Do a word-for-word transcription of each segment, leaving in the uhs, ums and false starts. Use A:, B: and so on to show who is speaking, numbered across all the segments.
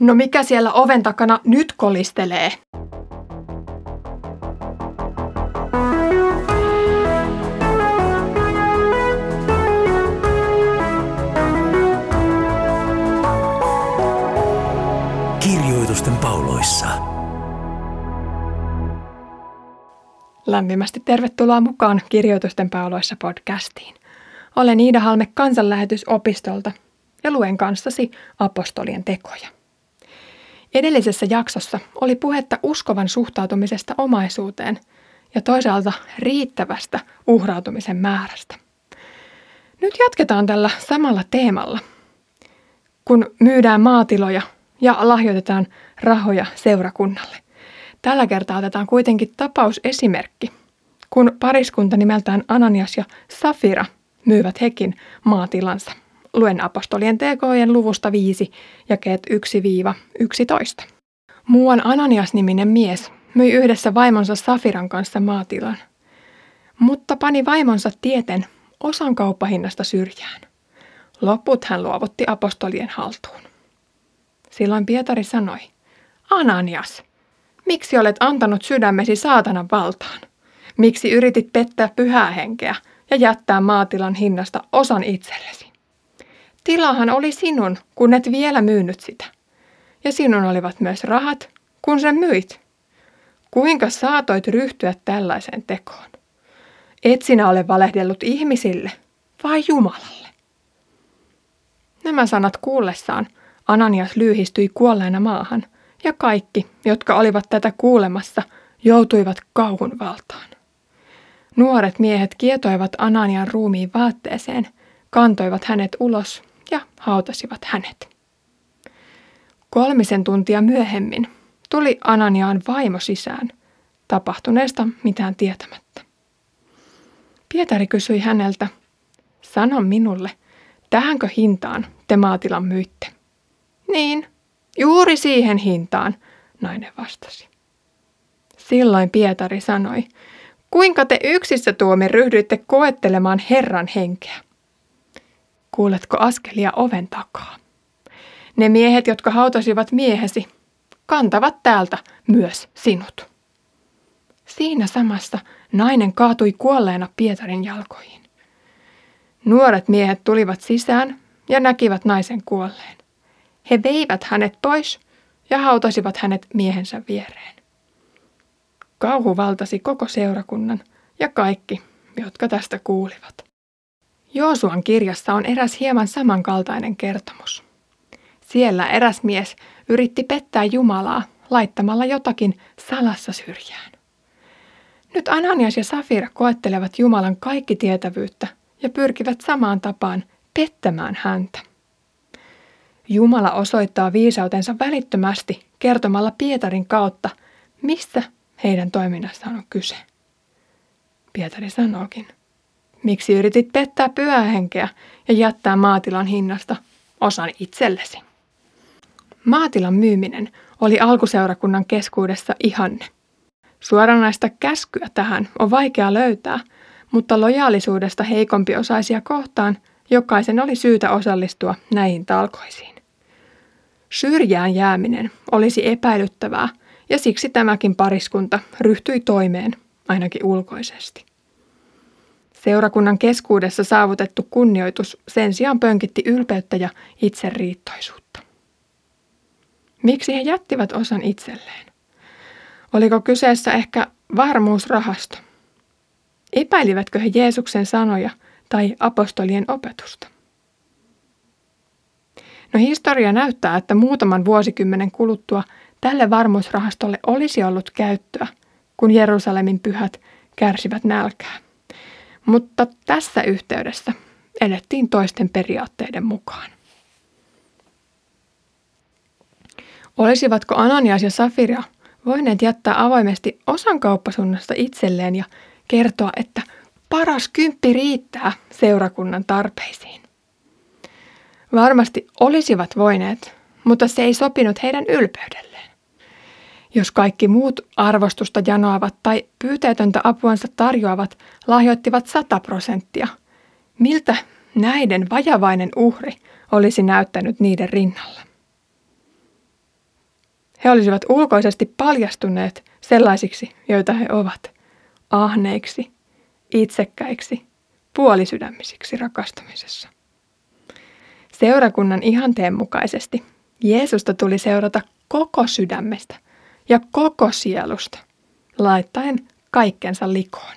A: No mikä siellä oven takana nyt kolistelee?
B: Kirjoitusten pauloissa.
A: Lämpimästi tervetuloa mukaan Kirjoitusten pauloissa podcastiin. Olen Iida Halme Kansanlähetysopistolta ja luen kanssasi apostolien tekoja. Edellisessä jaksossa oli puhetta uskovan suhtautumisesta omaisuuteen ja toisaalta riittävästä uhrautumisen määrästä. Nyt jatketaan tällä samalla teemalla, kun myydään maatiloja ja lahjoitetaan rahoja seurakunnalle. Tällä kertaa otetaan kuitenkin tapausesimerkki, kun pariskunta nimeltään Ananias ja Safira myyvät hekin maatilansa. Luen apostolien tekojen luvusta viisi, jakeet yksi yksitoista. Muuan Ananias-niminen mies myi yhdessä vaimonsa Safiran kanssa maatilan, mutta pani vaimonsa tieten osan kauppahinnasta syrjään. Loput hän luovutti apostolien haltuun. Silloin Pietari sanoi, Ananias, miksi olet antanut sydämesi saatanan valtaan? Miksi yritit pettää pyhää henkeä ja jättää maatilan hinnasta osan itsellesi? Tilahan oli sinun, kun et vielä myynyt sitä. Ja sinun olivat myös rahat, kun sen myit. Kuinka saatoit ryhtyä tällaiseen tekoon? Et sinä ole valehdellut ihmisille, vai Jumalalle? Nämä sanat kuullessaan Ananias lyyhistyi kuolleena maahan, ja kaikki, jotka olivat tätä kuulemassa, joutuivat kauhun valtaan. Nuoret miehet kietoivat Ananian ruumiin vaatteeseen, kantoivat hänet ulos ja hautasivat hänet. Kolmisen tuntia myöhemmin tuli Ananiaan vaimo sisään, tapahtuneesta mitään tietämättä. Pietari kysyi häneltä, sano minulle, tähänkö hintaan te maatilan myitte? Niin, juuri siihen hintaan, nainen vastasi. Silloin Pietari sanoi, kuinka te yksissä tuomin ryhdyitte koettelemaan Herran henkeä? Kuuletko askelia oven takaa? Ne miehet, jotka hautasivat miehesi, kantavat täältä myös sinut. Siinä samassa nainen kaatui kuolleena Pietarin jalkoihin. Nuoret miehet tulivat sisään ja näkivät naisen kuolleen. He veivät hänet pois ja hautasivat hänet miehensä viereen. Kauhu valtasi koko seurakunnan ja kaikki, jotka tästä kuulivat. Joosuan kirjassa on eräs hieman samankaltainen kertomus. Siellä eräs mies yritti pettää Jumalaa laittamalla jotakin salassa syrjään. Nyt Ananias ja Safira koettelevat Jumalan kaikkitietävyyttä ja pyrkivät samaan tapaan pettämään häntä. Jumala osoittaa viisautensa välittömästi kertomalla Pietarin kautta, mistä heidän toiminnassaan on kyse. Pietari sanookin, miksi yritit pettää pyhää henkeä ja jättää maatilan hinnasta osan itsellesi? Maatilan myyminen oli alkuseurakunnan keskuudessa ihanne. Suoranaista käskyä tähän on vaikea löytää, mutta lojaalisuudesta heikompiosaisia kohtaan jokaisen oli syytä osallistua näihin talkoisiin. Syrjään jääminen olisi epäilyttävää ja siksi tämäkin pariskunta ryhtyi toimeen, ainakin ulkoisesti. Seurakunnan keskuudessa saavutettu kunnioitus sen sijaan pönkitti ylpeyttä ja itseriittoisuutta. Miksi he jättivät osan itselleen? Oliko kyseessä ehkä varmuusrahasto? Epäilivätkö he Jeesuksen sanoja tai apostolien opetusta? No historia näyttää, että muutaman vuosikymmenen kuluttua tälle varmuusrahastolle olisi ollut käyttöä, kun Jerusalemin pyhät kärsivät nälkää. Mutta tässä yhteydessä elettiin toisten periaatteiden mukaan. Olisivatko Ananias ja Safira voineet jättää avoimesti osan kauppasunnasta itselleen ja kertoa, että paras kymppi riittää seurakunnan tarpeisiin? Varmasti olisivat voineet, mutta se ei sopinut heidän ylpeydelleen. Jos kaikki muut arvostusta janoavat tai pyyteetöntä apuansa tarjoavat lahjoittivat sata prosenttia, miltä näiden vajavainen uhri olisi näyttänyt niiden rinnalla? he olisivat ulkoisesti paljastuneet sellaisiksi, joita he ovat, ahneiksi, itsekkäiksi, puolisydämisiksi rakastumisessa. Seurakunnan ihanteen mukaisesti Jeesusta tuli seurata koko sydämestä ja koko sielusta, laittaen kaikkensa likoon.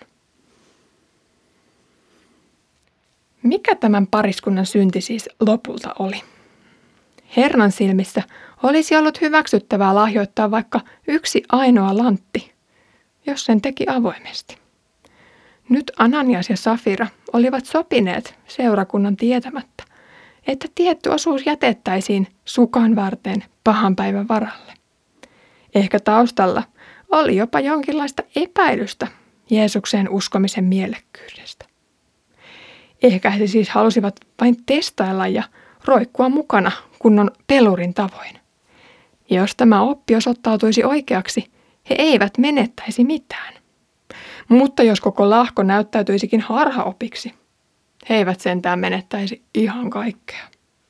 A: Mikä tämän pariskunnan synti siis lopulta oli? Herran silmissä olisi ollut hyväksyttävää lahjoittaa vaikka yksi ainoa lantti, jos sen teki avoimesti. Nyt Ananias ja Safira olivat sopineet seurakunnan tietämättä, että tietty osuus jätettäisiin sukan varten pahan päivän varalle. Ehkä taustalla oli jopa jonkinlaista epäilystä Jeesukseen uskomisen mielekkyydestä. Ehkä he siis halusivat vain testailla ja roikkua mukana kunnon pelurin tavoin. Ja jos tämä oppi osoittautuisi oikeaksi, he eivät menettäisi mitään. Mutta jos koko lahko näyttäytyisikin harhaopiksi, he eivät sentään menettäisi ihan kaikkea.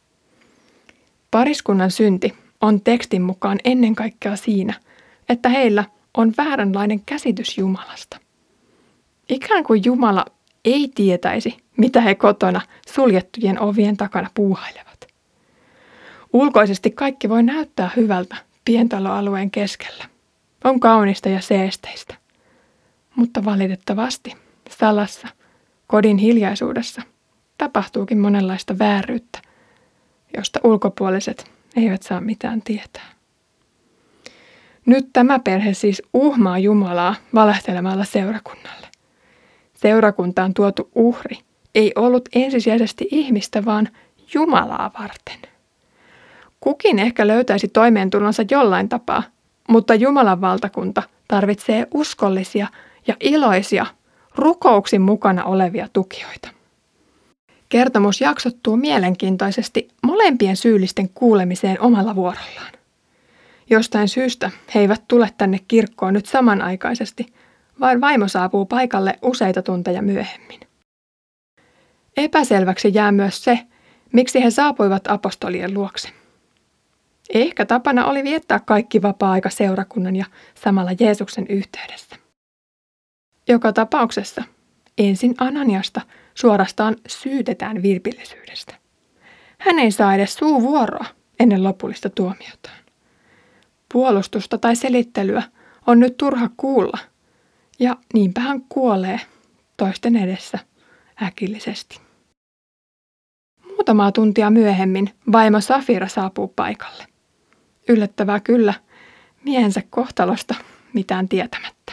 A: Pariskunnan synti on tekstin mukaan ennen kaikkea siinä, että heillä on vääränlainen käsitys Jumalasta. Ikään kuin Jumala ei tietäisi, mitä he kotona suljettujen ovien takana puuhailevat. Ulkoisesti kaikki voi näyttää hyvältä pientaloalueen keskellä. On kaunista ja seesteistä. Mutta valitettavasti salassa, kodin hiljaisuudessa, tapahtuukin monenlaista vääryyttä, josta ulkopuoliset eivät saa mitään tietää. Nyt tämä perhe siis uhmaa Jumalaa valehtelemalla seurakunnalle. Seurakuntaan tuotu uhri ei ollut ensisijaisesti ihmistä, vaan Jumalaa varten. Kukin ehkä löytäisi toimeentulonsa jollain tapaa, mutta Jumalan valtakunta tarvitsee uskollisia ja iloisia, rukouksin mukana olevia tukijoita. Kertomus jaksottuu mielenkiintoisesti molempien syyllisten kuulemiseen omalla vuorollaan. Jostain syystä he eivät tule tänne kirkkoon nyt samanaikaisesti, vaan vaimo saapuu paikalle useita tunteja myöhemmin. Epäselväksi jää myös se, miksi he saapuivat apostolien luokse. Ehkä tapana oli viettää kaikki vapaa-aika seurakunnan ja samalla Jeesuksen yhteydessä. Joka tapauksessa ensin Ananiasta suorastaan syytetään vilpillisyydestä. Hän ei saa edes suuvuoroa ennen lopullista tuomiotaan. Puolustusta tai selittelyä on nyt turha kuulla, ja niinpä hän kuolee toisten edessä äkillisesti. Muutamaa tuntia myöhemmin vaimo Safira saapuu paikalle. Yllättävää kyllä, miehensä kohtalosta mitään tietämättä.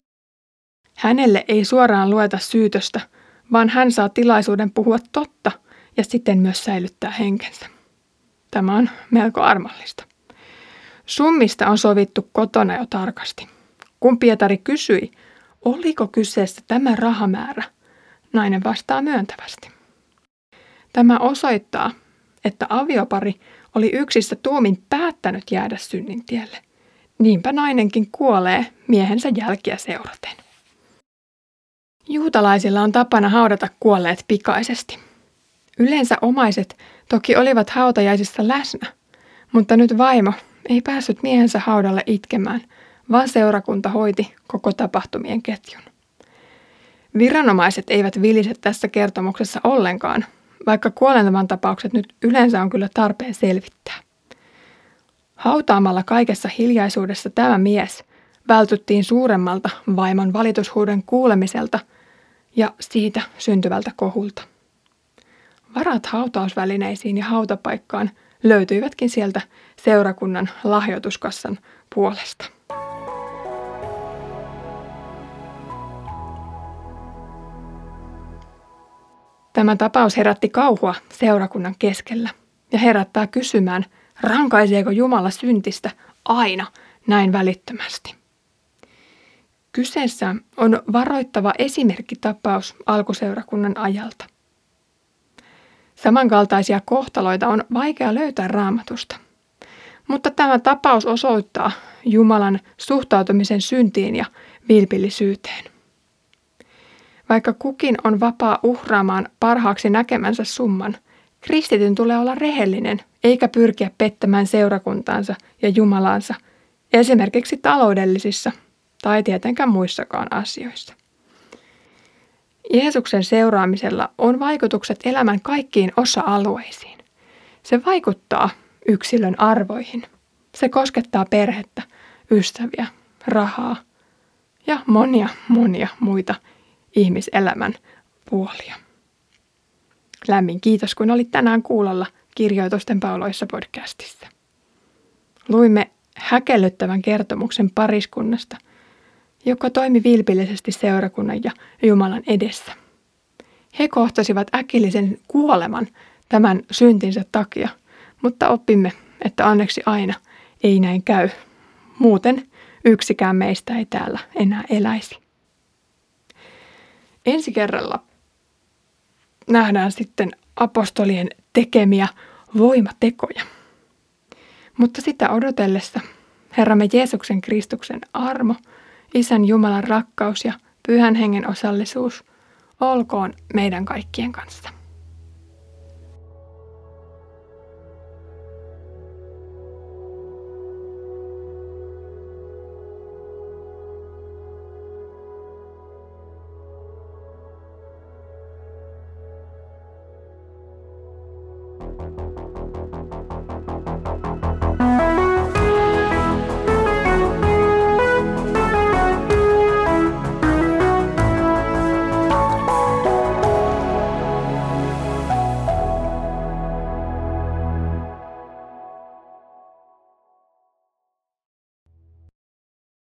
A: Hänelle ei suoraan lueta syytöstä, vaan hän saa tilaisuuden puhua totta ja siten myös säilyttää henkensä. Tämä on melko armollista. Summista on sovittu kotona jo tarkasti. Kun Pietari kysyi, oliko kyseessä tämä rahamäärä, nainen vastaa myöntävästi. Tämä osoittaa, että aviopari oli yksissä tuumin päättänyt jäädä synnin tielle. Niinpä nainenkin kuolee miehensä jälkiä seuraten. Juutalaisilla on tapana haudata kuolleet pikaisesti. Yleensä omaiset toki olivat hautajaisissa läsnä, mutta nyt vaimo ei päässyt miehensä haudalle itkemään, vaan seurakunta hoiti koko tapahtumien ketjun. Viranomaiset eivät vilise tässä kertomuksessa ollenkaan, vaikka kuolentavan tapaukset nyt yleensä on kyllä tarpeen selvittää. Hautaamalla kaikessa hiljaisuudessa tämä mies vältyttiin suuremmalta vaimon valitushuuden kuulemiselta ja siitä syntyvältä kohulta. Varat hautausvälineisiin ja hautapaikkaan löytyivätkin sieltä seurakunnan lahjoituskassan puolesta. Tämä tapaus herätti kauhua seurakunnan keskellä ja herättää kysymään, rankaiseeko Jumala syntistä aina näin välittömästi. Kyseessä on varoittava esimerkkitapaus alkuseurakunnan ajalta. Samankaltaisia kohtaloita on vaikea löytää Raamatusta, mutta tämä tapaus osoittaa Jumalan suhtautumisen syntiin ja vilpillisyyteen. Vaikka kukin on vapaa uhraamaan parhaaksi näkemänsä summan, kristityn tulee olla rehellinen eikä pyrkiä pettämään seurakuntaansa ja Jumalaansa esimerkiksi taloudellisissa tai tietenkään muissakaan asioissa. Jeesuksen seuraamisella on vaikutukset elämän kaikkiin osa-alueisiin. Se vaikuttaa yksilön arvoihin. Se koskettaa perhettä, ystäviä, rahaa ja monia monia muita ihmiselämän puolia. Lämmin kiitos, kun olit tänään kuulolla Kirjoitusten pauloissa podcastissa. Luimme häkellyttävän kertomuksen pariskunnasta, joka toimi vilpillisesti seurakunnan ja Jumalan edessä. He kohtasivat äkillisen kuoleman tämän syntinsä takia, mutta oppimme, että onneksi aina ei näin käy. Muuten yksikään meistä ei täällä enää eläisi. Ensi kerralla nähdään sitten apostolien tekemiä voimatekoja. Mutta sitä odotellessa Herramme Jeesuksen Kristuksen armo, Isän Jumalan rakkaus ja Pyhän Hengen osallisuus olkoon meidän kaikkien kanssa.